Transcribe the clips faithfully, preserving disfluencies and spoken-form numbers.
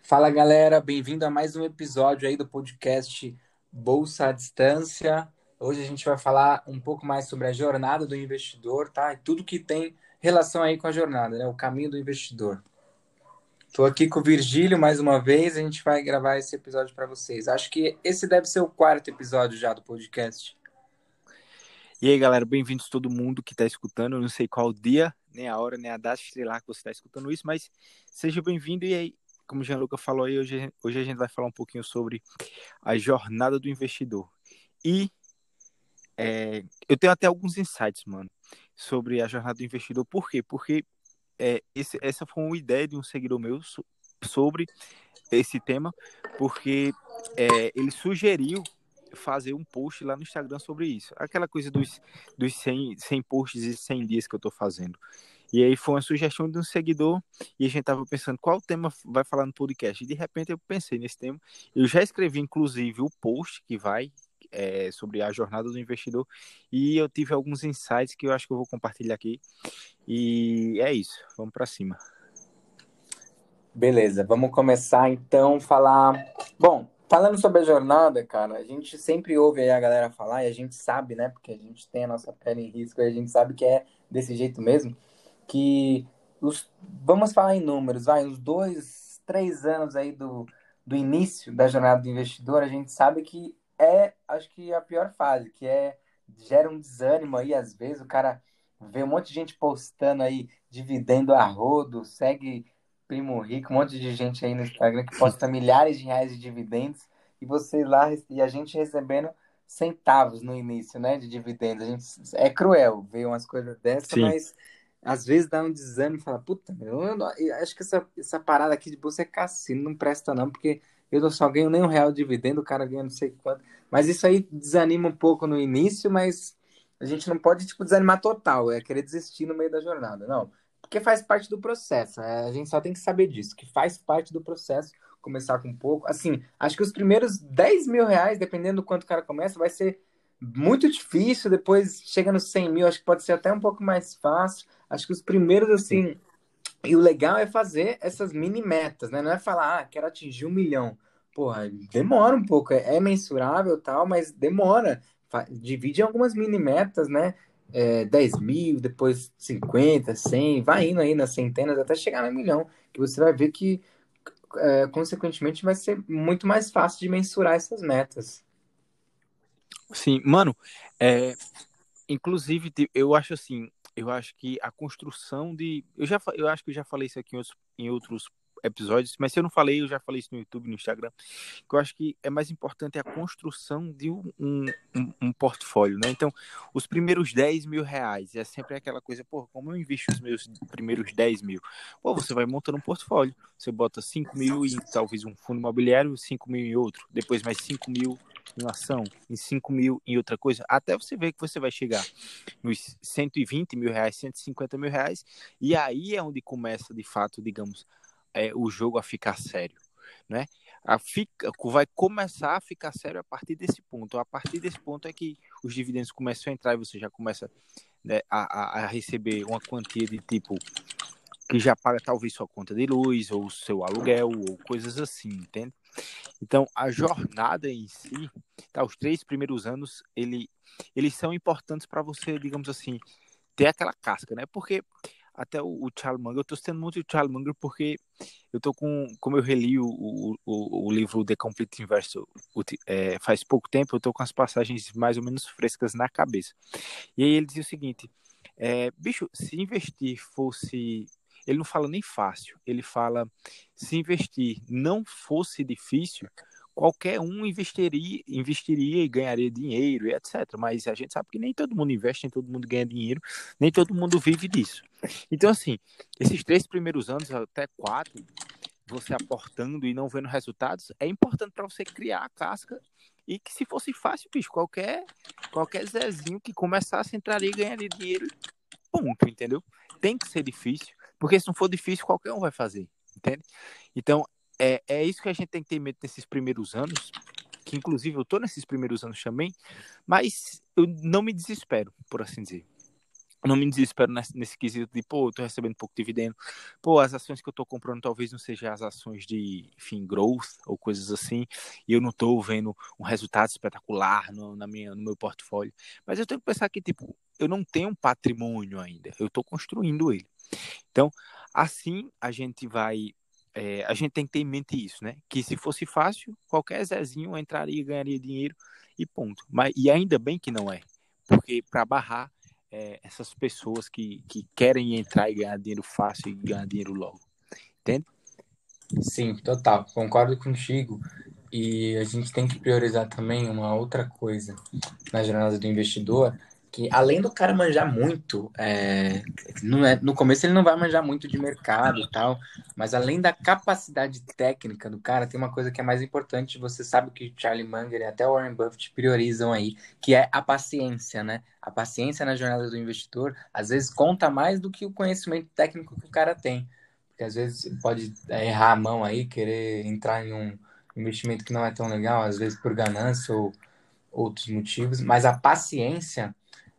Fala galera, bem-vindo a mais um episódio aí do podcast Bolsa à Distância. Hoje a gente vai falar um pouco mais sobre a jornada do investidor, tá? E tudo que tem relação aí com a jornada, né? O caminho do investidor. Estou aqui com o Virgílio mais uma vez, a gente vai gravar esse episódio para vocês. Acho que esse deve ser o quarto episódio já do podcast. E aí, galera, bem-vindos todo mundo que está escutando. Eu não sei qual dia, nem a hora, nem a data, sei lá que você está escutando isso, mas seja bem-vindo. E aí, como o Gianluca falou aí, hoje, hoje a gente vai falar um pouquinho sobre a jornada do investidor. E é, eu tenho até alguns insights, mano, sobre a jornada do investidor. Por quê? Porque é, esse, essa foi uma ideia de um seguidor meu so, sobre esse tema, porque é, ele sugeriu fazer um post lá no Instagram sobre isso. Aquela coisa dos, dos cem, cem posts e cem dias que eu tô fazendo. E aí foi uma sugestão de um seguidor e a gente tava pensando qual tema vai falar no podcast. E de repente eu pensei nesse tema. Eu já escrevi, inclusive, o post que vai é, sobre a jornada do investidor e eu tive alguns insights que eu acho que eu vou compartilhar aqui. E é isso. Vamos para cima. Beleza, vamos começar então a falar. Bom, falando sobre a jornada, cara, a gente sempre ouve aí a galera falar e a gente sabe, né? Porque a gente tem a nossa pele em risco e a gente sabe que é desse jeito mesmo, que os, vamos falar em números, vai, uns dois, três anos aí do, do início da jornada do investidor, a gente sabe que é, acho que a pior fase, que é gera um desânimo aí, às vezes o cara vê um monte de gente postando aí dividendo a rodo, segue Primo Rico, um monte de gente aí no Instagram que posta milhares de reais de dividendos e você lá e a gente recebendo centavos no início, né, de dividendos. A gente, é cruel ver umas coisas dessa, Sim. mas às vezes dá um desânimo e fala, puta, meu, eu, não- eu acho que essa, essa parada aqui de bolsa é cassino, não presta não, porque eu não só ganho nem um real de dividendo, o cara ganha não sei quanto. Mas isso aí desanima um pouco no início, mas a gente não pode, tipo, desanimar total, é querer desistir no meio da jornada, não. Porque faz parte do processo. É, a gente só tem que saber disso, que faz parte do processo começar com pouco. Assim, acho que os primeiros dez mil reais, dependendo do quanto o cara começa, vai ser muito difícil. Depois chega nos cem mil, acho que pode ser até um pouco mais fácil. Acho que os primeiros, Sim. assim. E o legal é fazer essas mini metas, né? Não é falar, ah, quero atingir um milhão. Porra, demora um pouco. É, é mensurável e tal, mas demora. Fa- Divide em algumas mini metas, né? É, dez mil, depois cinquenta, cem, vai indo aí nas centenas até chegar no milhão, que você vai ver que, é, consequentemente, vai ser muito mais fácil de mensurar essas metas. Sim, mano, é, inclusive, te- eu acho assim, eu acho que a construção de. Eu já, fa- eu acho que eu já falei isso aqui em outros, em outros episódios, mas se eu não falei, eu já falei isso no YouTube, no Instagram, que eu acho que é mais importante a construção de um, um, um- um portfólio, né? Então, os primeiros dez mil reais, é sempre aquela coisa, pô, como eu invisto os meus primeiros dez mil? Pô, você vai montando um portfólio. Você bota cinco mil em talvez um fundo imobiliário, cinco mil em outro, depois mais cinco mil em uma ação, em cinco mil em outra coisa, até você ver que você vai chegar nos cento e vinte mil reais, cento e cinquenta mil reais, e aí é onde começa, de fato, digamos, é, o jogo a ficar sério, né? A fica, vai começar a ficar sério a partir desse ponto. A partir desse ponto é que os dividendos começam a entrar e você já começa, né, a, a receber uma quantia de tipo que já paga talvez sua conta de luz ou seu aluguel ou coisas assim, entende? Então, a jornada em si, tá, os três primeiros anos, ele, eles são importantes para você, digamos assim, ter aquela casca, né? Porque até o, o Charlie Munger, eu tô citando muito o Charlie Munger porque eu tô com, como eu reli o, o, o, o livro The Complete Investor é, faz pouco tempo, eu tô com as passagens mais ou menos frescas na cabeça. E aí ele dizia o seguinte, é, bicho, se investir fosse... Ele não fala nem fácil, ele fala se investir não fosse difícil, qualquer um investiria, investiria e ganharia dinheiro e etcétera. Mas a gente sabe que nem todo mundo investe, nem todo mundo ganha dinheiro, nem todo mundo vive disso. Então, assim, esses três primeiros anos, até quatro, você aportando e não vendo resultados, é importante para você criar a casca e que se fosse fácil, bicho, qualquer, qualquer Zezinho que começasse, entraria e ganharia dinheiro, ponto, entendeu? Tem que ser difícil, porque se não for difícil, qualquer um vai fazer, entende? Então, é, é isso que a gente tem que ter medo nesses primeiros anos, que inclusive eu tô nesses primeiros anos também, mas eu não me desespero, por assim dizer. não me desespero nesse, nesse quesito de, pô, eu tô recebendo pouco dividendo. Pô, as ações que eu tô comprando talvez não sejam as ações de, enfim, growth ou coisas assim, e eu não tô vendo um resultado espetacular no, na minha, no meu portfólio. Mas eu tenho que pensar que, tipo, eu não tenho um patrimônio ainda, eu tô construindo ele. Então, assim a gente vai... É, a gente tem que ter em mente isso, né? Que se fosse fácil, qualquer Zezinho entraria e ganharia dinheiro e ponto. Mas, e ainda bem que não é. Porque para barrar é, essas pessoas que, que querem entrar e ganhar dinheiro fácil e ganhar dinheiro logo. Entende? Sim, total, concordo contigo. E a gente tem que priorizar também uma outra coisa na jornada do investidor, que além do cara manjar muito, é, não é, no começo ele não vai manjar muito de mercado e tal, mas além da capacidade técnica do cara, tem uma coisa que é mais importante, você sabe que o Charlie Munger e até o Warren Buffett priorizam aí, que é a paciência, né? A paciência na jornada do investidor, às vezes conta mais do que o conhecimento técnico que o cara tem. Porque às vezes pode é, errar a mão aí, querer entrar em um investimento que não é tão legal, às vezes por ganância ou outros motivos, mas a paciência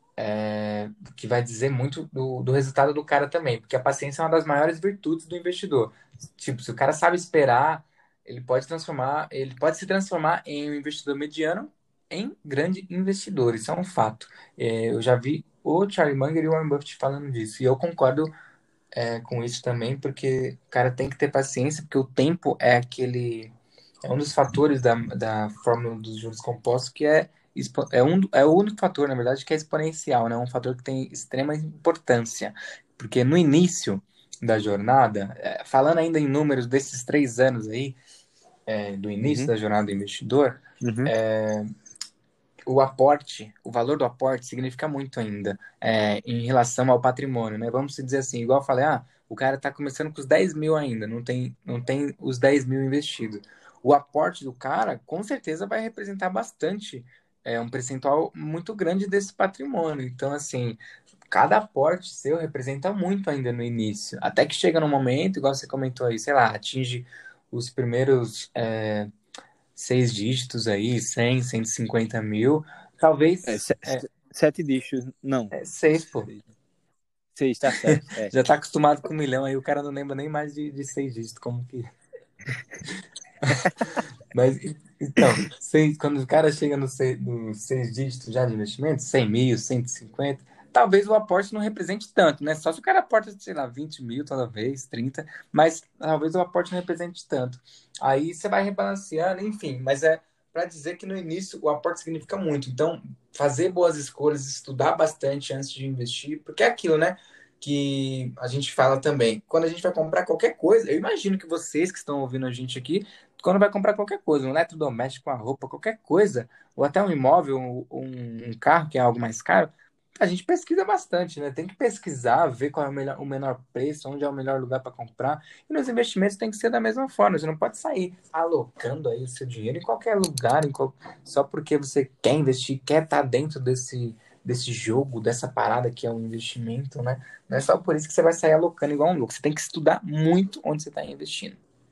é que vai dizer muito do, do resultado do cara também, porque a paciência é uma das maiores virtudes do investidor. Tipo, se o cara sabe esperar, ele pode transformar, ele pode se transformar em um investidor mediano em grande investidor, isso é um fato. É, eu já vi o Charlie Munger e o Warren Buffett falando disso, e eu concordo é, com isso também, porque o cara tem que ter paciência, porque o tempo é aquele é um dos fatores da, da fórmula dos juros compostos que é, é, um, é o único fator, na verdade, que é exponencial, né? Um fator que tem extrema importância. Porque no início da jornada, é, falando ainda em números desses três anos aí, é, do início Uhum, da jornada do investidor, uhum. o aporte, o valor do aporte significa muito ainda é, em relação ao patrimônio, né? Vamos dizer assim, igual eu falei, ah, o cara está começando com os dez mil ainda, não tem, não tem os dez mil investidos. O aporte do cara, com certeza, vai representar bastante, é, um percentual muito grande desse patrimônio. Então, assim, cada aporte seu representa muito ainda no início. Até que chega no momento, igual você comentou aí, sei lá, atinge os primeiros é, seis dígitos aí, cem, cento e cinquenta mil, É, talvez se- é, se- sete dígitos, não. é seis, pô. Seis, seis, tá certo. É. Já tá acostumado com um milhão, aí o cara não lembra nem mais de, de seis dígitos, como que... Mas, então, seis, quando o cara chega no seis, no seis dígitos já de investimento, cem mil, cento e cinquenta, talvez o aporte não represente tanto, né? Só se o cara aporta, sei lá, vinte mil toda vez, trinta, mas talvez o aporte não represente tanto. Aí você vai rebalanceando, enfim, mas é para dizer que no início o aporte significa muito. Então, fazer boas escolhas, estudar bastante antes de investir, porque é aquilo, né? Que a gente fala também. Quando a gente vai comprar qualquer coisa, eu imagino que vocês que estão ouvindo a gente aqui quando vai comprar qualquer coisa, um eletrodoméstico, uma roupa, qualquer coisa, ou até um imóvel, um, um, um carro que é algo mais caro, a gente pesquisa bastante, né? Tem que pesquisar, ver qual é o, melhor, o menor preço, onde é o melhor lugar para comprar. E nos investimentos tem que ser da mesma forma. Você não pode sair alocando aí o seu dinheiro em qualquer lugar, em qual... só porque você quer investir, quer estar dentro desse, desse jogo, dessa parada que é o investimento, né? Não é só por isso que você vai sair alocando igual um louco. Você tem que estudar muito onde você está investindo.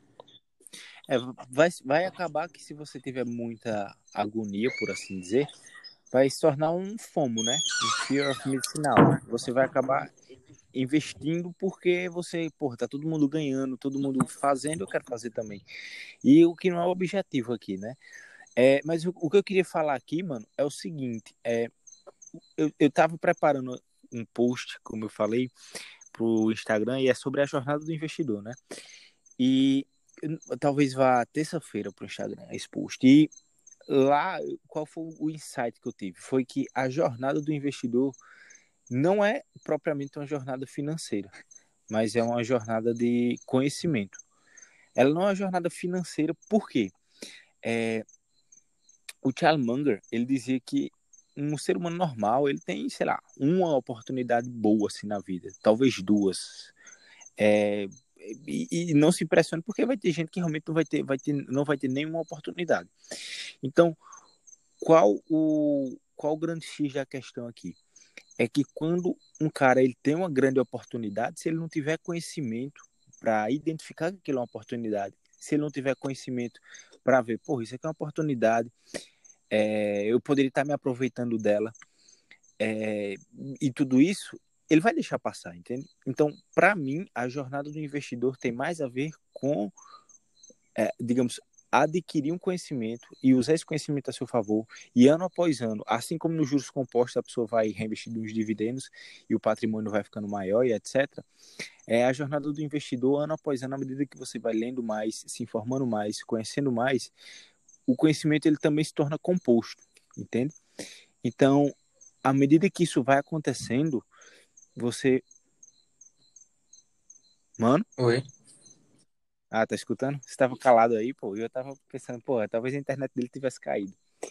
É, vai, vai acabar que se você tiver muita agonia, por assim dizer, vai se tornar um FOMO, né? Um Fear of Missing Out. Você vai acabar investindo porque você, porra, tá todo mundo ganhando, todo mundo fazendo, eu quero fazer também. E o que não é o objetivo aqui, né? É, mas o, o que eu queria falar aqui, mano, é o seguinte, é, eu, eu tava preparando um post, como eu falei, pro Instagram, e é sobre a jornada do investidor, né? E eu, talvez vá terça-feira pro Instagram esse post. E lá, qual foi o insight que eu tive? Foi que a jornada do investidor não é propriamente uma jornada financeira, mas é uma jornada de conhecimento. Ela não é uma jornada financeira, por quê? É, o Charles Munger, ele dizia que um ser humano normal, ele tem, sei lá, uma oportunidade boa assim na vida, talvez duas. É, e, e não se impressione porque vai ter gente que realmente não vai ter, vai ter, não vai ter nenhuma oportunidade. Então, qual o qual o grande X da questão aqui? É que quando um cara ele tem uma grande oportunidade, se ele não tiver conhecimento para identificar que aquilo é uma oportunidade, se ele não tiver conhecimento para ver, pô, isso aqui é uma oportunidade, é, eu poderia estar me aproveitando dela, é, e tudo isso, ele vai deixar passar, entende? Então, para mim, a jornada do investidor tem mais a ver com, é, digamos, adquirir um conhecimento e usar esse conhecimento a seu favor, e ano após ano, assim como nos juros compostos a pessoa vai reinvestindo nos dividendos e o patrimônio vai ficando maior e etcétera, é a jornada do investidor ano após ano, à medida que você vai lendo mais, se informando mais, conhecendo mais, o conhecimento ele também se torna composto, entende? Então, à medida que isso vai acontecendo, você... Mano? Oi. Ah, tá escutando? Você estava calado aí, pô, e eu tava pensando, pô, talvez a internet dele tivesse caído.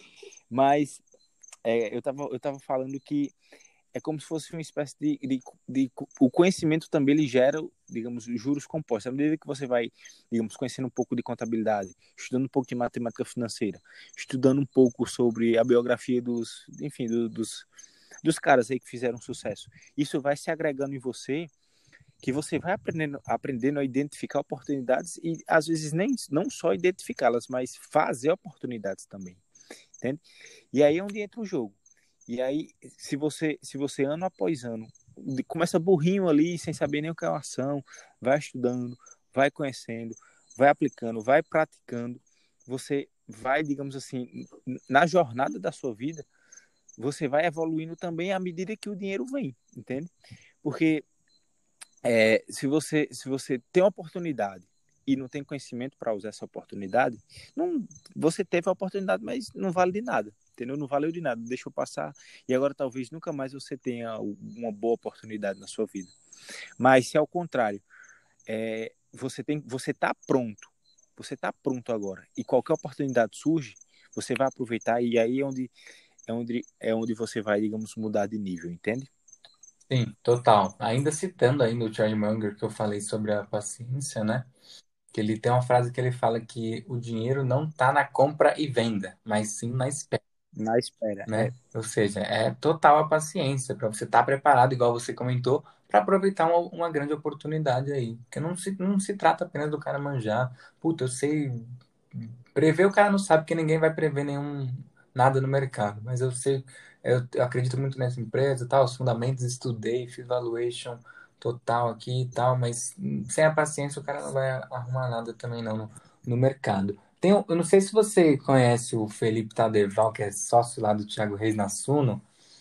Mas é, eu tava, eu tava falando que é como se fosse uma espécie de, de, de... O conhecimento também ele gera, digamos, juros compostos. À medida que você vai, digamos, conhecendo um pouco de contabilidade, estudando um pouco de matemática financeira, estudando um pouco sobre a biografia dos, enfim, do, dos, dos caras aí que fizeram sucesso, isso vai se agregando em você, que você vai aprendendo, aprendendo a identificar oportunidades e, às vezes, nem, não só identificá-las, mas fazer oportunidades também, entende? E aí é onde entra o jogo. E aí, se você, se você ano após ano, começa burrinho ali, sem saber nem o que é uma ação, vai estudando, vai conhecendo, vai aplicando, vai praticando, você vai, digamos assim, na jornada da sua vida, você vai evoluindo também à medida que o dinheiro vem, entende? Porque é, se você se você tem uma oportunidade e não tem conhecimento para usar essa oportunidade, não, você teve a oportunidade, mas não vale de nada, entendeu? Não valeu de nada, deixou passar e agora talvez nunca mais você tenha uma boa oportunidade na sua vida. Mas se ao contrário, é, você tem, você está pronto, você está pronto agora e qualquer oportunidade surge, você vai aproveitar e aí é onde é onde é onde você vai, digamos, mudar de nível, entende? Sim, total. Ainda citando ainda o Charlie Munger que eu falei sobre a paciência, né? Que ele tem uma frase que ele fala que o dinheiro não está na compra e venda, mas sim na espera, Na espera, é, né? Ou seja, é total a paciência para você estar preparado, igual você comentou, para aproveitar uma, uma grande oportunidade aí. Porque não se, não se trata apenas do cara manjar. Puta, eu sei. Prever o cara não sabe, porque ninguém vai prever nenhum nada no mercado. Mas eu sei, eu, eu acredito muito nessa empresa, tal, os fundamentos, estudei, fiz valuation total aqui e tal, mas hum, sem a paciência o cara não vai arrumar nada também não no, no mercado. Tem, um- eu não sei se você conhece o Felipe Tadeval, que é sócio lá do Thiago Reis na Suno.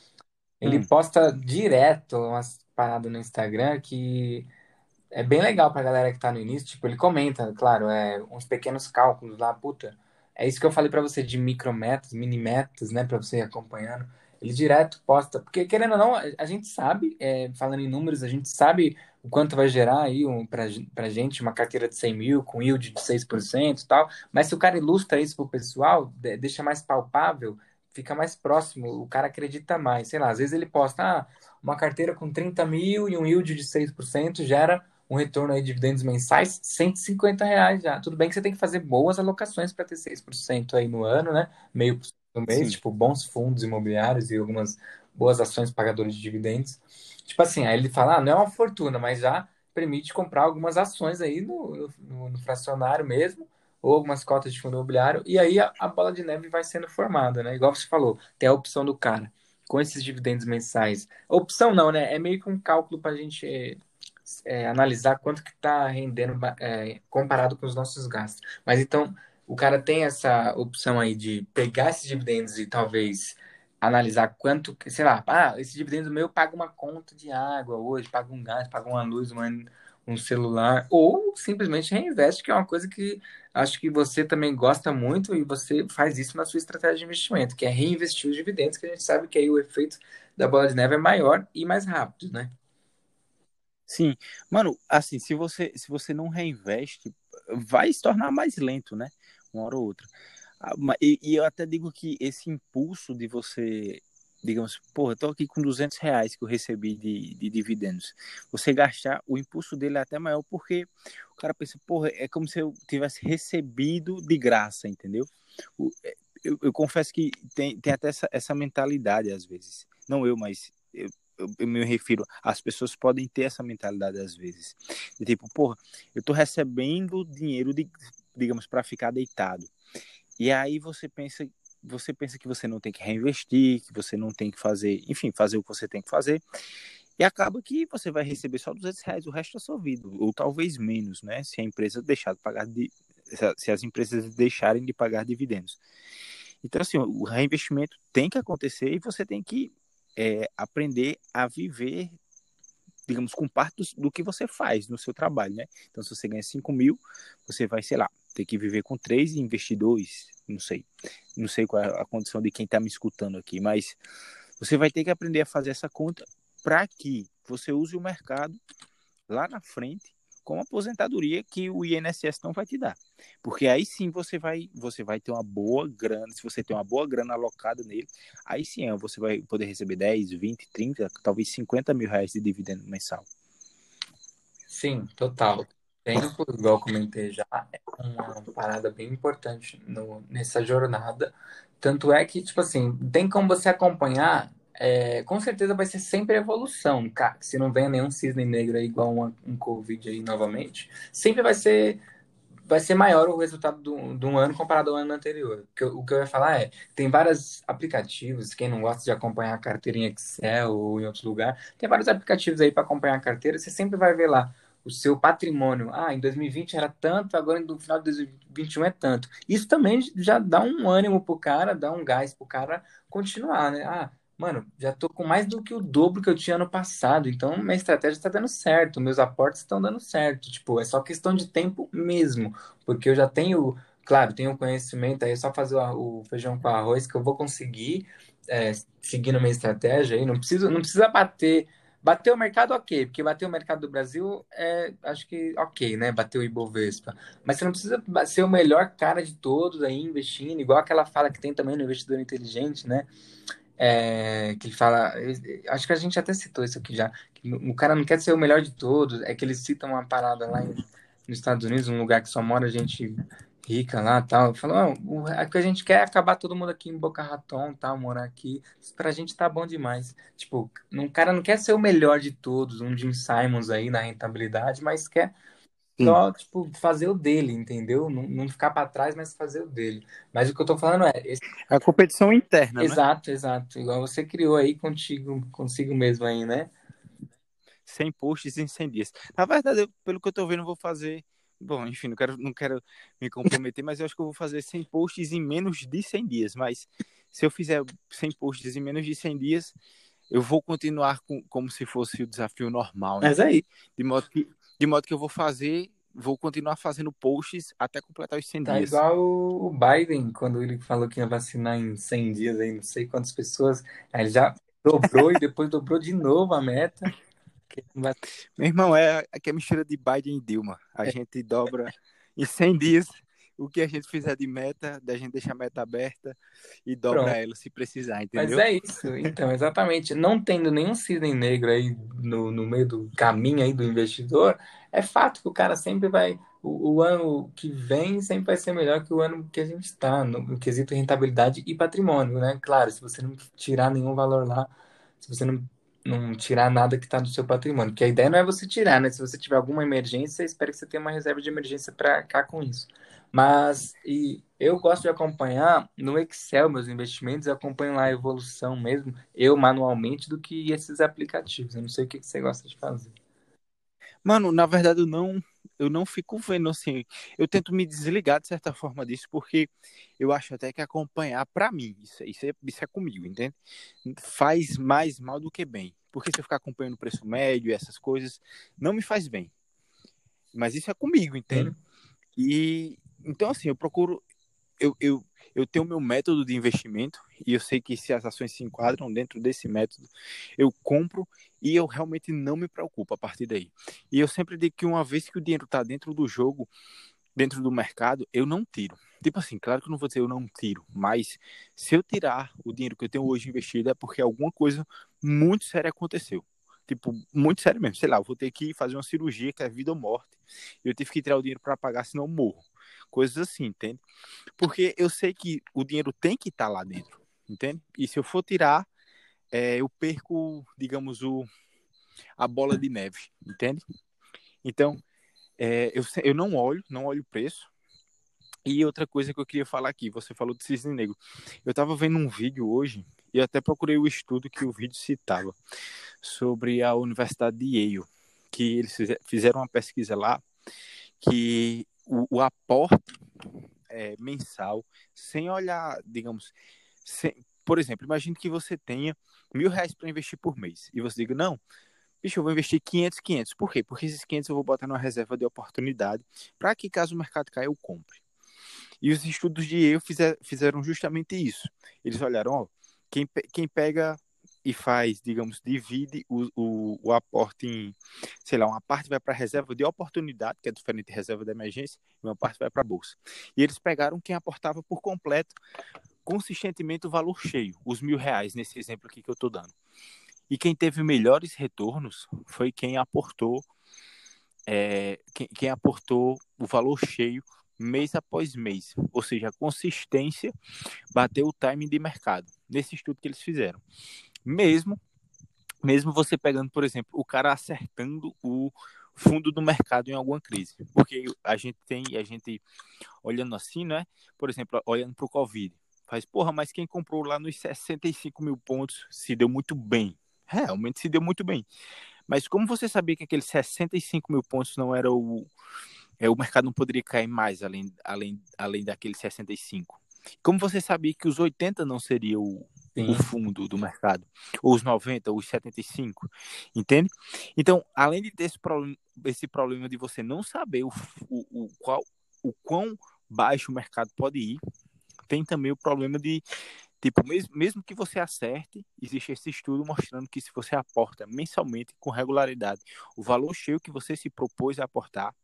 Ele hum, posta direto umas paradas no Instagram que é bem legal pra galera que tá no início. Tipo, ele comenta, claro, é, uns pequenos cálculos lá, puta. É isso que eu falei pra você de micrometas, mini-metas, né, pra você ir acompanhando. Ele direto posta, porque querendo ou não, a a gente sabe, é, falando em números, a gente sabe o quanto vai gerar aí um, pra, gen- pra gente uma carteira de cem mil com yield de seis por cento e tal. Mas se o cara ilustra isso pro pessoal, de- deixa mais palpável, fica mais próximo, o cara acredita mais. Sei lá, às vezes ele posta, ah, uma carteira com trinta mil e um yield de seis por cento gera um retorno aí de dividendos mensais, cento e cinquenta reais já. Tudo bem que você tem que fazer boas alocações para ter seis por cento aí no ano, né? Meio por cento no mês, sim. tipo bons fundos imobiliários e algumas boas ações pagadoras de dividendos. Tipo assim, aí ele fala, ah, não é uma fortuna, mas já permite comprar algumas ações aí no, no, no fracionário mesmo, ou algumas cotas de fundo imobiliário, e aí a, a bola de neve vai sendo formada, né? Igual você falou, tem a opção do cara com esses dividendos mensais. Opção não, né? É meio que um cálculo para a gente é, analisar quanto que está rendendo é, comparado com os nossos gastos. Mas então, o cara tem essa opção aí de pegar esses dividendos e talvez analisar quanto, sei lá, ah, esse dividendo meu paga uma conta de água hoje, paga um gás, paga uma luz, uma, um celular, ou simplesmente reinveste, que é uma coisa que acho que você também gosta muito e você faz isso na sua estratégia de investimento, que é reinvestir os dividendos, que a gente sabe que aí o efeito da bola de neve é maior e mais rápido, né? Sim, mano, assim, se você se você não reinveste, vai se tornar mais lento, né? Uma hora ou outra. Ah, ma- E, e eu até digo que esse impulso de você, digamos, porra, eu tô aqui com duzentos reais que eu recebi de, de dividendos. Você gastar, o impulso dele é até maior porque o cara pensa, porra, é como se eu tivesse recebido de graça, entendeu? O- é, Eu, eu confesso que tem, tem até essa, essa mentalidade às vezes. Não eu, mas eu, eu, eu me refiro, as pessoas podem ter essa mentalidade às vezes. De tipo, porra, eu tô recebendo dinheiro de, digamos, para ficar deitado. E aí você pensa, você pensa que você não tem que reinvestir, que você não tem que fazer, enfim, fazer o que você tem que fazer. E acaba que você vai receber só duzentos reais o resto da sua vida, ou talvez menos, né? Se a empresa deixar de pagar, de, se as empresas deixarem de pagar dividendos. Então, assim, o reinvestimento tem que acontecer e você tem que é, aprender a viver, digamos, com parte do, do que você faz no seu trabalho, né? Então, se você ganha cinco mil, você vai, sei lá, ter que viver com três e investir dois, não sei. Não sei qual é a condição de quem está me escutando aqui, mas você vai ter que aprender a fazer essa conta para que você use o mercado lá na frente com a aposentadoria que o I N S S não vai te dar. Porque aí sim você vai, você vai ter uma boa grana, se você tem uma boa grana alocada nele, aí sim você vai poder receber dez, vinte, trinta, talvez cinquenta mil reais de dividendo mensal. Sim, total. Tempo, igual eu comentei já, é uma parada bem importante no, nessa jornada. Tanto é que, tipo assim, tem como você acompanhar, é, com certeza vai ser sempre evolução, cara. Se não venha nenhum cisne negro aí, igual uma, um Covid aí novamente, sempre vai ser vai ser maior o resultado do, de um ano comparado ao ano anterior. O que, eu, o que eu ia falar é, tem vários aplicativos, quem não gosta de acompanhar a carteira em Excel ou em outro lugar, tem vários aplicativos aí para acompanhar a carteira, você sempre vai ver lá o seu patrimônio. Ah, em dois mil e vinte era tanto, agora no final de dois mil e vinte e um é tanto. Isso também já dá um ânimo pro cara, dá um gás pro cara continuar, né? Ah, mano, já tô com mais do que o dobro que eu tinha ano passado, então minha estratégia está dando certo, meus aportes estão dando certo. Tipo, é só questão de tempo mesmo, porque eu já tenho, claro, tenho conhecimento aí, é só fazer o, o feijão com arroz que eu vou conseguir é, seguindo minha estratégia aí. Não preciso, não precisa bater. Bater o mercado, ok, porque bater o mercado do Brasil é, acho que ok, né? Bater o Ibovespa. Mas você não precisa ser o melhor cara de todos aí investindo, igual aquela fala que tem também no investidor inteligente, né? É, que ele fala, acho que a gente até citou isso aqui já, que o cara não quer ser o melhor de todos, é que eles citam uma parada lá em, nos Estados Unidos, um lugar que só mora gente rica lá tal, falou, oh, o é que a gente quer é acabar todo mundo aqui em Boca Raton, tal, morar aqui, isso pra gente tá bom demais. Tipo, um cara não quer ser o melhor de todos, um Jim Simons aí na rentabilidade, mas quer Sim. só, tipo, fazer o dele, entendeu? Não, não ficar para trás, mas fazer o dele. Mas o que eu tô falando é, A competição interna, né? exato, exato. Igual você criou aí contigo, consigo mesmo aí, né? cem posts em cem dias. Na verdade, eu, pelo que eu tô vendo, eu vou fazer. Bom, enfim, não quero, não quero me comprometer, mas eu acho que eu vou fazer cem posts em menos de cem dias. Mas se eu fizer cem posts em menos de cem dias, eu vou continuar com, como se fosse o desafio normal, Mas é entende? isso. De modo que, de modo que eu vou fazer, vou continuar fazendo posts até completar os cem Tá dias. igual o Biden, quando ele falou que ia vacinar em cem dias aí, não sei quantas pessoas. Aí ele já dobrou e depois dobrou de novo a meta. Que não vai- Meu irmão, é aqui é a mistura de Biden e Dilma. A gente dobra em cem dias o que a gente fizer de meta, da gente deixa a meta aberta e dobra Pronto. ela se precisar, Mas entendeu? é isso. Então, exatamente. Não tendo nenhum cisne negro aí no, no meio do caminho aí do investidor, é fato que o cara sempre vai. O, o ano que vem sempre vai ser melhor que o ano que a gente está, no, no quesito rentabilidade e patrimônio, né? Claro, se você não tirar nenhum valor lá, se você não, não tirar nada que está no seu patrimônio. Porque a ideia não é você tirar, né? Se você tiver alguma emergência, espero que você tenha uma reserva de emergência para cá com isso. Mas e eu gosto de acompanhar no Excel meus investimentos, eu acompanho lá a evolução mesmo, eu manualmente, do que esses aplicativos. Eu não sei o que que você gosta de fazer. Mano, na verdade eu não, eu não fico vendo assim. Eu tento me desligar de certa forma disso, porque eu acho até que acompanhar, pra mim, isso, isso, é, isso é comigo, entende? Faz mais mal do que bem. Porque se eu ficar acompanhando o preço médio e essas coisas, não me faz bem. Mas isso é comigo, entende? Sim. E então, assim, eu procuro. Eu, eu, eu tenho o meu método de investimento e eu sei que se as ações se enquadram dentro desse método, eu compro e eu realmente não me preocupo a partir daí. E eu sempre digo que uma vez que o dinheiro está dentro do jogo, dentro do mercado, eu não tiro. Tipo assim, claro que eu não vou dizer eu não tiro, mas se eu tirar o dinheiro que eu tenho hoje investido é porque alguma coisa muito séria aconteceu. Tipo, muito sério mesmo. Sei lá, eu vou ter que fazer uma cirurgia que é vida ou morte. E eu tive que tirar o dinheiro para pagar, senão eu morro. Coisas assim, entende? Porque eu sei que o dinheiro tem que estar lá dentro, entende? E se eu for tirar, é, eu perco, digamos, o, a bola de neve, entende? Então, é, eu, eu não olho, não olho o preço. E outra coisa que eu queria falar aqui, você falou do cisne negro. Eu estava vendo um vídeo hoje, e até procurei o estudo que o vídeo citava, sobre a Universidade de Yale, que eles fizeram uma pesquisa lá, que o, o aporte é, mensal, sem olhar, digamos, sem, por exemplo, imagine que você tenha mil reais para investir por mês, e você diga, não, bicho, eu vou investir quinhentos, quinhentos. Por quê? Porque esses quinhentos eu vou botar numa reserva de oportunidade, para que caso o mercado caia, eu compre. E os estudos de Yale fizer, fizeram justamente isso. Eles olharam, ó, quem, quem pega e faz, digamos, divide o, o, o aporte em, sei lá, uma parte vai para a reserva de oportunidade, que é diferente de reserva de emergência, e uma parte vai para a bolsa. E eles pegaram quem aportava por completo, consistentemente, o valor cheio, os mil reais, nesse exemplo aqui que eu estou dando. E quem teve melhores retornos foi quem aportou, é, quem, quem aportou o valor cheio mês após mês, ou seja, a consistência bateu o timing de mercado, nesse estudo que eles fizeram. Mesmo, mesmo você pegando, por exemplo, o cara acertando o fundo do mercado em alguma crise, porque a gente tem, a gente olhando assim, né? Por exemplo, olhando para o Covid, faz, porra, mas quem comprou lá nos sessenta e cinco mil pontos se deu muito bem. Realmente se deu muito bem. Mas como você sabia que aqueles sessenta e cinco mil pontos não era o, é, o mercado não poderia cair mais além, além, além daqueles sessenta e cinco. Como você sabia que os oitenta não seria o, o Sim, fundo do mercado, ou os noventa, ou os setenta e cinco, entende? Então, além de ter esse problema, esse problema de você não saber o, o, o, qual, o quão baixo o mercado pode ir, tem também o problema de, tipo, mesmo, mesmo que você acerte, existe esse estudo mostrando que se você aporta mensalmente, com regularidade, o valor cheio que você se propôs a aportar,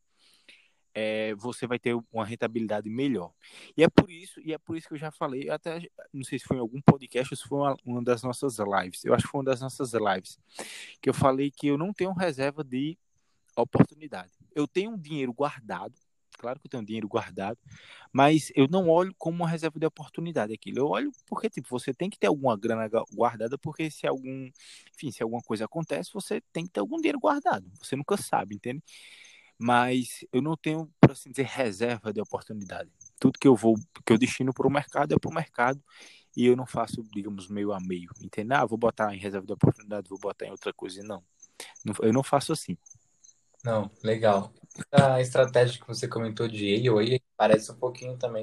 é, você vai ter uma rentabilidade melhor. E é por isso, e é por isso que eu já falei, até não sei se foi em algum podcast ou se foi uma, uma das nossas lives. Eu acho que foi uma das nossas lives que eu falei que eu não tenho reserva de oportunidade. Eu tenho um dinheiro guardado, claro que eu tenho um dinheiro guardado, mas eu não olho como uma reserva de oportunidade aquilo. Eu olho porque tipo, você tem que ter alguma grana guardada, porque se algum, enfim, se alguma coisa acontece, você tem que ter algum dinheiro guardado. Você nunca sabe, entende? Mas eu não tenho, por assim dizer, reserva de oportunidade. Tudo que eu vou, que eu destino para o mercado é para o mercado e eu não faço, digamos, meio a meio, entendeu? Ah, vou botar em reserva de oportunidade, vou botar em outra coisa, não. Eu não faço assim. não, legal. A estratégia que você comentou de Yale aí parece um pouquinho também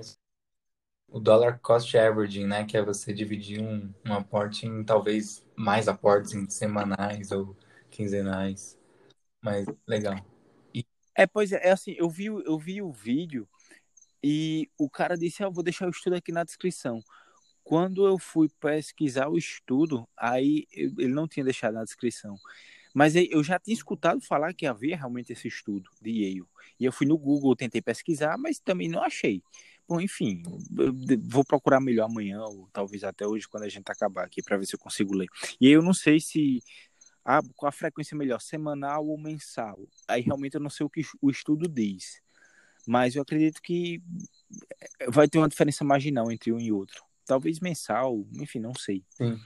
o dollar cost averaging, né? Que é você dividir um, um aporte em talvez mais aportes em semanais ou quinzenais. Mas legal. E, É, pois é, é assim, eu vi, eu vi o vídeo e o cara disse, ah, eu vou deixar o estudo aqui na descrição. Quando eu fui pesquisar o estudo, aí eu- ele não tinha deixado na descrição. Mas aí eu já tinha escutado falar que havia realmente esse estudo de Yale. E eu fui no Google, tentei pesquisar, mas também não achei. Bom, enfim, eu de- vou procurar melhor amanhã, ou talvez até hoje, quando a gente acabar aqui, para ver se eu consigo ler. E aí eu não sei se, ah, qual a frequência melhor, semanal ou mensal. Aí realmente eu não sei o que o estudo diz. Mas eu acredito que vai ter uma diferença marginal entre um e outro. Talvez mensal, enfim, não sei. sim.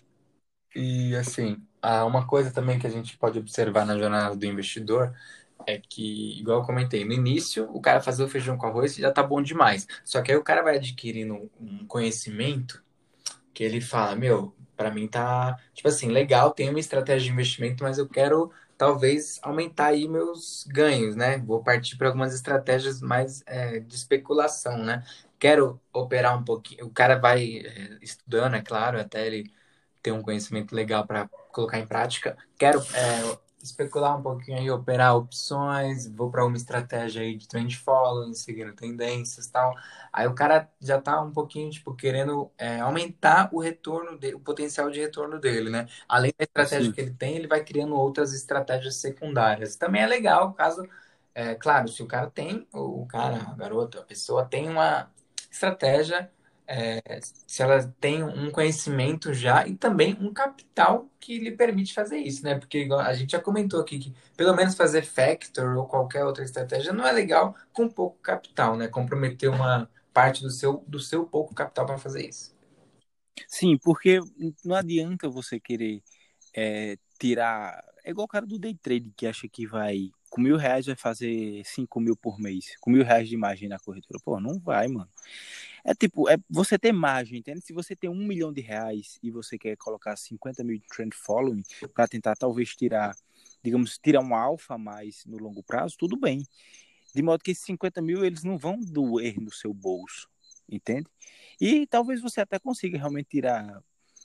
E assim, há uma coisa também que a gente pode observar na jornada do investidor é que, igual eu comentei, no início o cara fazer o feijão com arroz já tá bom demais. Só que aí o cara vai adquirindo um conhecimento que ele fala, meu, para mim tá, tipo assim, legal, tem uma estratégia de investimento, mas eu quero talvez aumentar aí meus ganhos, né? Vou partir para algumas estratégias mais é, de especulação, né? Quero operar um pouquinho. O cara vai é, estudando, é claro, até ele ter um conhecimento legal para colocar em prática. Quero é, especular um pouquinho aí, operar opções, vou para uma estratégia aí de trend following, seguindo tendências e tal. Aí o cara já tá um pouquinho, tipo, querendo é, aumentar o retorno dele, o potencial de retorno dele, né? Além da estratégia Sim. que ele tem, ele vai criando outras estratégias secundárias. Também é legal, caso, é, claro, se o cara tem, o cara, a garota, a pessoa tem uma estratégia, é, se ela tem um conhecimento já e também um capital que lhe permite fazer isso, né? Porque igual a gente já comentou aqui que pelo menos fazer factor ou qualquer outra estratégia não é legal com pouco capital, né? Comprometer uma parte do seu, do seu pouco capital para fazer isso. Sim, porque não adianta você querer é, tirar. É igual o cara do day trade que acha que vai com mil reais vai fazer cinco mil por mês, com mil reais de margem na corretora. Pô, não vai, mano. É tipo, é você ter margem, entende? Se você tem um milhão de reais e você quer colocar cinquenta mil de trend following para tentar talvez tirar, digamos, tirar um alfa a mais no longo prazo, tudo bem. De modo que esses cinquenta mil, eles não vão doer no seu bolso, entende? E talvez você até consiga realmente tirar,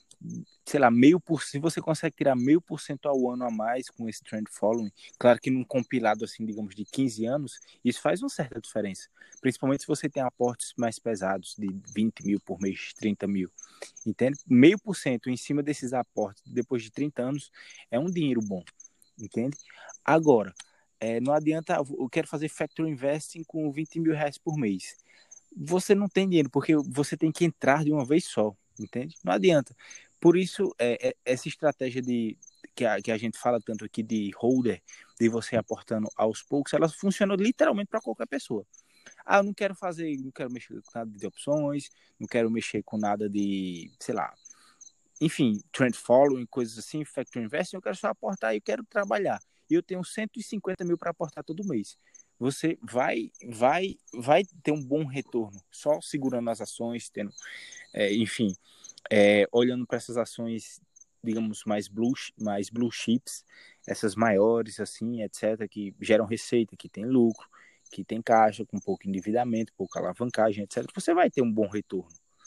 sei lá, meio por cento, se você consegue tirar meio por cento ao ano a mais com esse trend following, claro que num compilado assim, digamos, de quinze anos, isso faz uma certa diferença. Principalmente se você tem aportes mais pesados, de vinte mil por mês, trinta mil, entende? Meio por cento em cima desses aportes, depois de trinta anos, é um dinheiro bom, entende? Agora, é, não adianta, eu quero fazer factor investing com vinte mil reais por mês. Você não tem dinheiro, porque você tem que entrar de uma vez só, entende? Não adianta. Por isso, é, é, essa estratégia de que a, que a gente fala tanto aqui de holder, de você aportando aos poucos, ela funciona literalmente para qualquer pessoa. Ah, eu não quero fazer, não quero mexer com nada de opções, não quero mexer com nada de, sei lá, enfim, trend following, coisas assim, factor investing, eu quero só aportar e eu quero trabalhar. E eu tenho cento e cinquenta mil para aportar todo mês. Você vai, vai, vai ter um bom retorno, só segurando as ações, tendo, é, enfim, é, olhando para essas ações, digamos, mais blue, mais blue chips, essas maiores, assim, etcétera, que geram receita, que tem lucro, que tem caixa, com pouco endividamento, pouca alavancagem, etcétera, você vai ter um bom retorno.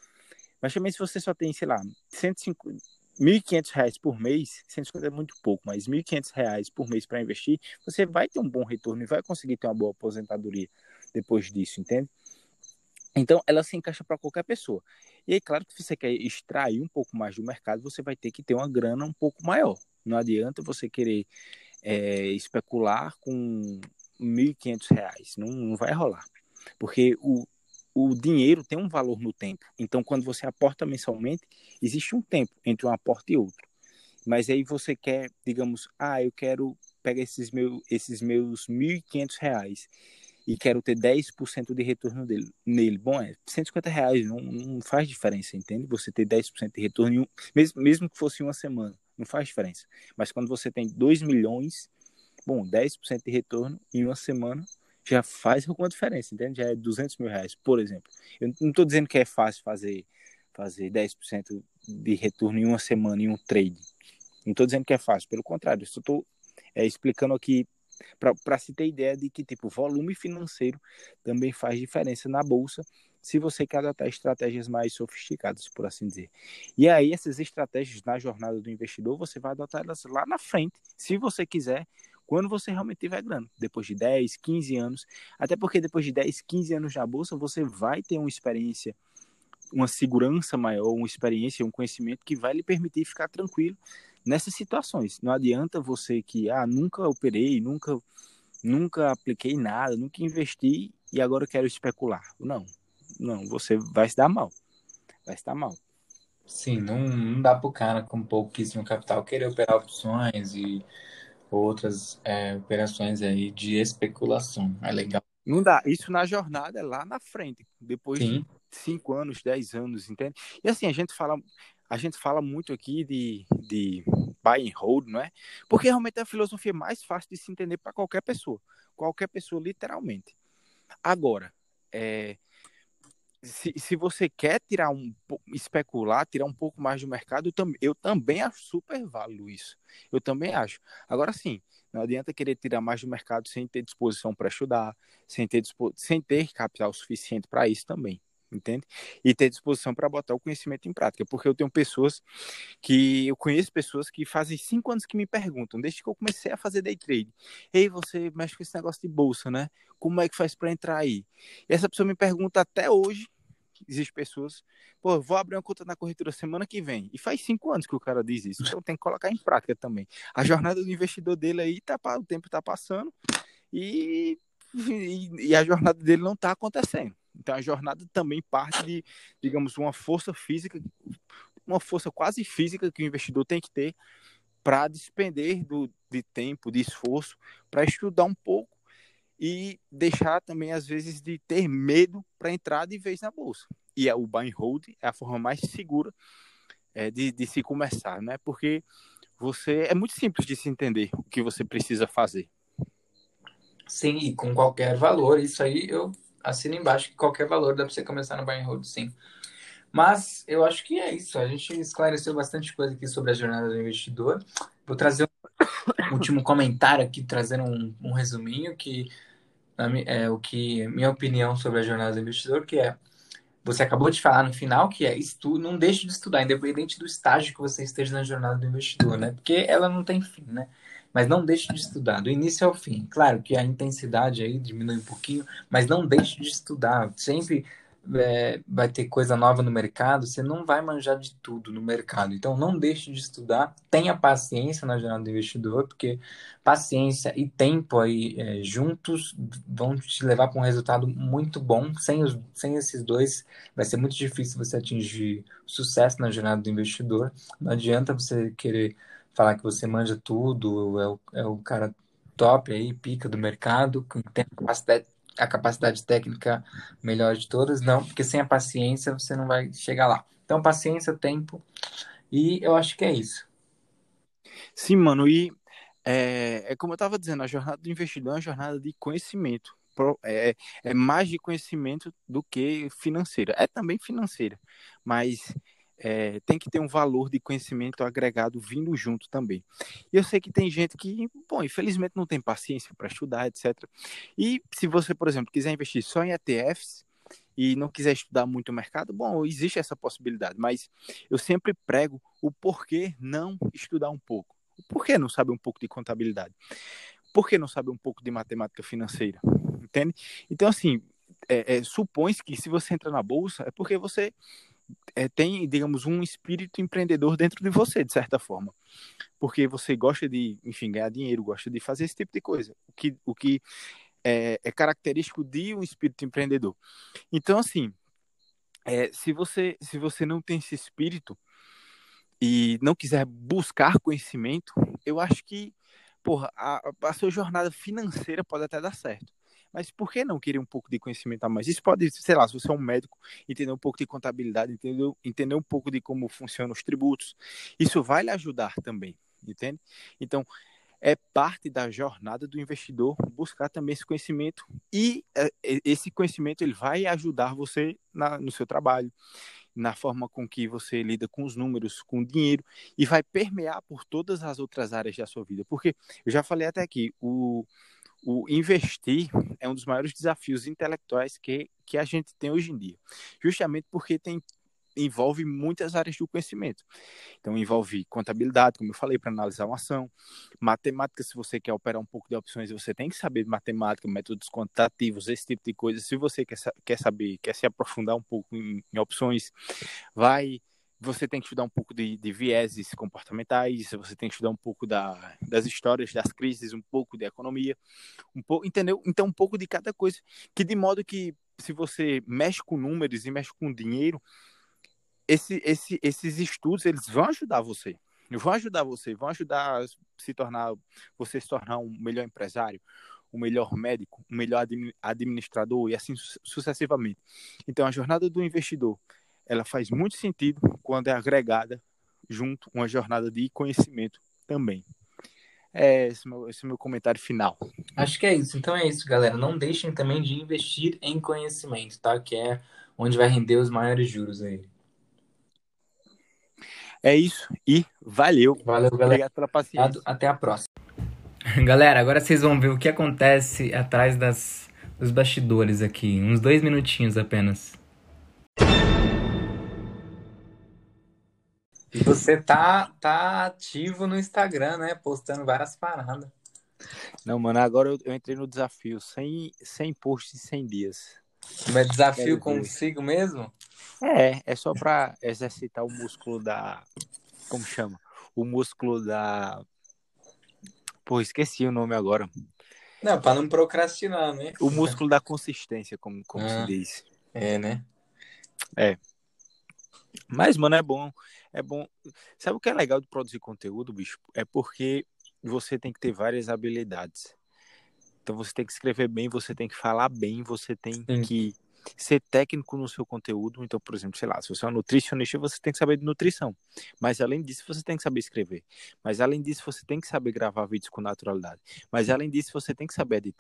Mas também se você só tem, sei lá, cento e cinquenta, mil e quinhentos reais por mês, cento e cinquenta é muito pouco, mas mil e quinhentos reais por mês para investir, você vai ter um bom retorno e vai conseguir ter uma boa aposentadoria depois disso, entende? Então, ela se encaixa para qualquer pessoa. E aí, claro que se você quer extrair um pouco mais do mercado, você vai ter que ter uma grana um pouco maior. Não adianta você querer é, especular com mil e quinhentos reais. Não, não vai rolar. Porque o, o dinheiro tem um valor no tempo. Então, quando você aporta mensalmente, existe um tempo entre um aporte e outro. Mas aí você quer, digamos, ah, eu quero pegar esses, meu, esses meus mil e quinhentos reais e quero ter dez por cento de retorno dele, nele. Bom, é cento e cinquenta reais, não, não faz diferença, entende? Você ter dez por cento de retorno, em um, mesmo, mesmo que fosse uma semana, não faz diferença. Mas quando você tem dois milhões, bom, dez por cento de retorno em uma semana já faz alguma diferença, entende? Já é duzentos mil reais, por exemplo. Eu não estou dizendo que é fácil fazer, fazer dez por cento de retorno em uma semana em um trade. Não estou dizendo que é fácil, pelo contrário, eu estou é, explicando aqui para se ter ideia de que tipo volume financeiro também faz diferença na bolsa se você quer adotar estratégias mais sofisticadas, por assim dizer. E aí essas estratégias na jornada do investidor, você vai adotar elas lá na frente, se você quiser, quando você realmente tiver grana, depois de dez, quinze anos, até porque depois de dez, quinze anos na bolsa, você vai ter uma experiência, uma segurança maior, uma experiência, um conhecimento que vai lhe permitir ficar tranquilo nessas situações. Não adianta você que, ah, nunca operei, nunca, nunca apliquei nada, nunca investi e agora eu quero especular. Não, não, você vai se dar mal, vai se dar mal. Sim, não, não dá pro cara com pouquíssimo capital querer operar opções e outras é, operações aí de especulação. É legal. Não dá. Isso na jornada é lá na frente, depois de Sim, cinco anos, dez anos, entende? E assim, a gente fala, a gente fala muito aqui de, de buy and hold, não é? Porque realmente é a filosofia mais fácil de se entender para qualquer pessoa. Qualquer pessoa, literalmente. Agora, é, se, se você quer tirar um especular, tirar um pouco mais do mercado, eu, tam, eu também acho super válido isso. Eu também acho. Agora sim, não adianta querer tirar mais do mercado sem ter disposição para estudar, sem ter, sem ter capital suficiente para isso também. Entende? E ter disposição para botar o conhecimento em prática. Porque eu tenho pessoas que eu conheço pessoas que fazem cinco anos que me perguntam, desde que eu comecei a fazer day trade. Ei, você mexe com esse negócio de bolsa, né? Como é que faz para entrar aí? E essa pessoa me pergunta até hoje. Existem pessoas, pô, vou abrir uma conta na corretora semana que vem. E faz cinco anos que o cara diz isso. Então tem que colocar em prática também. A jornada do investidor dele aí, tá, o tempo tá passando e, e, e a jornada dele não tá acontecendo. Então a jornada também parte de, digamos, uma força física, uma força quase física que o investidor tem que ter para despender do, de tempo, de esforço, para estudar um pouco e deixar também, às vezes, de ter medo para entrar de vez na bolsa. E o buy and hold é a forma mais segura é, de, de se começar, né? Porque você é muito simples de se entender o que você precisa fazer. Sim, e com qualquer valor. Isso aí eu assino embaixo que qualquer valor dá para você começar no buy and hold, sim. Mas eu acho que é isso. A gente esclareceu bastante coisa aqui sobre a jornada do investidor. Vou trazer um último comentário aqui, trazendo um, um resuminho que é o que minha opinião sobre a jornada do investidor, que é você acabou de falar no final, que é estudo, não deixe de estudar, independente do estágio que você esteja na jornada do investidor, né? Porque ela não tem fim, né? Mas não deixe de estudar, do início ao fim. Claro que a intensidade aí diminui um pouquinho, mas não deixe de estudar. Sempre é, vai ter coisa nova no mercado, você não vai manjar de tudo no mercado. Então não deixe de estudar, tenha paciência na jornada do investidor, porque paciência e tempo aí é, juntos vão te levar para um resultado muito bom. Sem, os, sem esses dois, vai ser muito difícil você atingir sucesso na jornada do investidor. Não adianta você querer falar que você manja tudo, é o, é o cara top aí, pica do mercado, que tem a capacidade, a capacidade técnica melhor de todas. Não, porque sem a paciência você não vai chegar lá. Então, paciência, tempo, e eu acho que é isso. Sim, mano, e é, é como eu estava dizendo, a jornada do investidor é uma jornada de conhecimento. Pro- É, é mais de conhecimento do que financeira. É também financeira, mas é, tem que ter um valor de conhecimento agregado vindo junto também. E eu sei que tem gente que, bom, infelizmente não tem paciência para estudar, etcétera. E se você, por exemplo, quiser investir só em E T Fs e não quiser estudar muito o mercado, bom, existe essa possibilidade, mas eu sempre prego o porquê não estudar um pouco. Por que não saber um pouco de contabilidade? Por que não saber um pouco de matemática financeira? Entende? Então, assim, é, é, supõe-se que se você entra na bolsa é porque você é, tem, digamos, um espírito empreendedor dentro de você, de certa forma. Porque você gosta de, enfim, ganhar dinheiro, gosta de fazer esse tipo de coisa. O que, o que é, é característico de um espírito empreendedor. Então, assim, é, se, você, se você não tem esse espírito e não quiser buscar conhecimento, eu acho que, porra, a, a sua jornada financeira pode até dar certo. Mas por que não querer um pouco de conhecimento a mais? Isso pode, sei lá, se você é um médico, entender um pouco de contabilidade, entender, entender um pouco de como funcionam os tributos. Isso vai lhe ajudar também, entende? Então, é parte da jornada do investidor buscar também esse conhecimento e é, esse conhecimento ele vai ajudar você na, no seu trabalho, na forma com que você lida com os números, com o dinheiro, e vai permear por todas as outras áreas da sua vida. Porque eu já falei até aqui, o, o investir é um dos maiores desafios intelectuais que, que a gente tem hoje em dia. Justamente porque tem envolve muitas áreas do conhecimento. Então, envolve contabilidade, como eu falei, para analisar uma ação, matemática, se você quer operar um pouco de opções, você tem que saber de matemática, métodos quantitativos, esse tipo de coisa. Se você quer, quer saber, quer se aprofundar um pouco em, em opções, vai. Você tem que estudar um pouco de, de vieses comportamentais, você tem que estudar um pouco da, das histórias das crises, um pouco de economia, um pouco, entendeu? Então, um pouco de cada coisa, que de modo que se você mexe com números e mexe com dinheiro, esse, esse, esses estudos eles vão ajudar você, vão ajudar você, vão ajudar a se tornar você se tornar um melhor empresário, um melhor médico, um melhor administrador e assim sucessivamente. Então a jornada do investidor ela faz muito sentido quando é agregada junto uma jornada de conhecimento também. É esse meu, esse meu comentário final. Acho que é isso. Então é isso, galera. Não deixem também de investir em conhecimento, tá? Que é onde vai render os maiores juros aí. É isso e valeu. Valeu, galera. Obrigado pela paciência. Até a próxima. Galera, agora vocês vão ver o que acontece atrás das, dos bastidores aqui. Uns dois minutinhos apenas. E você tá, tá ativo no Instagram, né? Postando várias paradas. Não, mano, agora eu, eu entrei no desafio sem, sem posts e cem dias. Mas desafio Quero ver. consigo mesmo? É, é só pra exercitar o músculo da. Como chama? O músculo da. Pô, esqueci o nome agora. Não, pra não procrastinar, né? O músculo da consistência, como, como se Ah, diz. é, né? É. Mas, mano, é bom. É bom. Sabe o que é legal de produzir conteúdo, bicho? É porque você tem que ter várias habilidades. Então você tem que escrever bem, você tem que falar bem, você tem Sim. que ser técnico no seu conteúdo. Então, por exemplo, sei lá, se você é um nutricionista, você tem que saber de nutrição. Mas além disso, você tem que saber escrever. Mas além disso, você tem que saber gravar vídeos com naturalidade. Mas além disso, você tem que saber editar.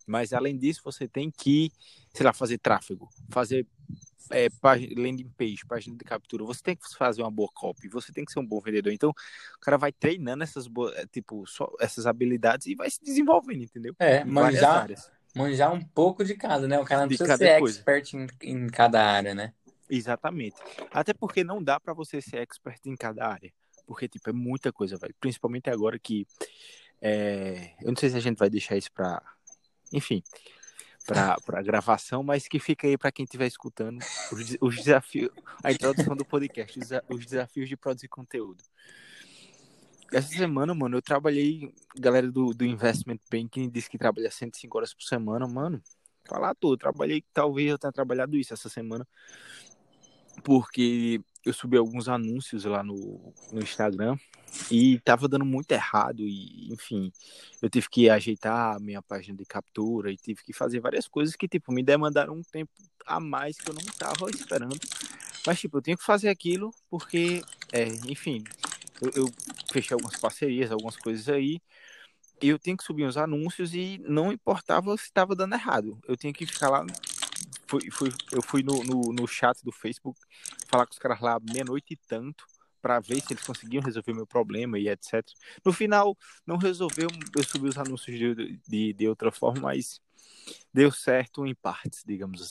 Mas, além disso, você tem que, sei lá, fazer tráfego, fazer é, página, landing page, página de captura. Você tem que fazer uma boa copy, você tem que ser um bom vendedor. Então, o cara vai treinando essas, boas, tipo, só essas habilidades e vai se desenvolvendo, entendeu? É, Em várias manjar, áreas manjar um pouco de cada, né? O cara não de precisa cada ser coisa. expert em, em cada área, né? Exatamente. Até porque não dá para você ser expert em cada área. Porque, tipo, é muita coisa, velho. Principalmente agora que. É... Eu não sei se a gente vai deixar isso pra. Enfim, pra, pra gravação, mas que fica aí pra quem estiver escutando os, os desafios. A introdução do podcast, os, os desafios de produzir conteúdo. Essa semana, mano, eu trabalhei. Galera do, do Investment Banking disse que trabalha cento e cinco horas por semana, mano. Falar tudo. Trabalhei, talvez eu tenha trabalhado isso essa semana. Porque eu subi alguns anúncios lá no, no Instagram e tava dando muito errado e, enfim, eu tive que ajeitar a minha página de captura e tive que fazer várias coisas que, tipo, me demandaram um tempo a mais que eu não tava esperando. Mas, tipo, eu tinha que fazer aquilo porque, é, enfim, eu, eu fechei algumas parcerias, algumas coisas aí, e eu tinha que subir uns anúncios e não importava se estava dando errado. Eu tinha que ficar lá. Fui, fui, eu fui no, no, no chat do Facebook falar com os caras lá meia-noite e tanto para ver se eles conseguiam resolver meu problema e etcétera. No final, não resolveu, eu subi os anúncios de, de, de outra forma, mas deu certo em partes, digamos assim.